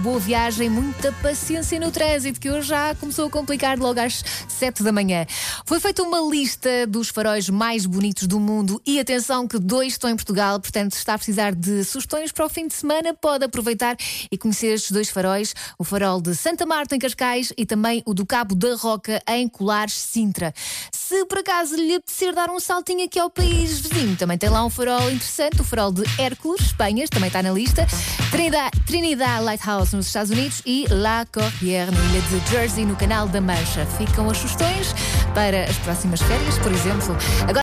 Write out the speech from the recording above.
boa viagem, muita paciência no trânsito, que hoje já começou a complicar logo às 7 da manhã. Foi feita uma lista dos faróis mais bonitos do mundo e atenção que 2 estão em Portugal, portanto, se está a precisar de sugestões para o fim de semana, pode aproveitar e conhecer estes 2 faróis, o farol de Santa Marta, em Cascais, e também o do Cabo da Roca, em Colares, Sintra. Se por acaso lhe apetecer dar um saltinho aqui ao país vizinho, também tem lá um farol interessante, o farol de Hércules, Espanha, também está na lista, Trinidad Lighthouse nos Estados Unidos e La Corriere, na ilha de Jersey, no Canal da Mancha. Ficam as sugestões para as próximas férias, por exemplo. Agora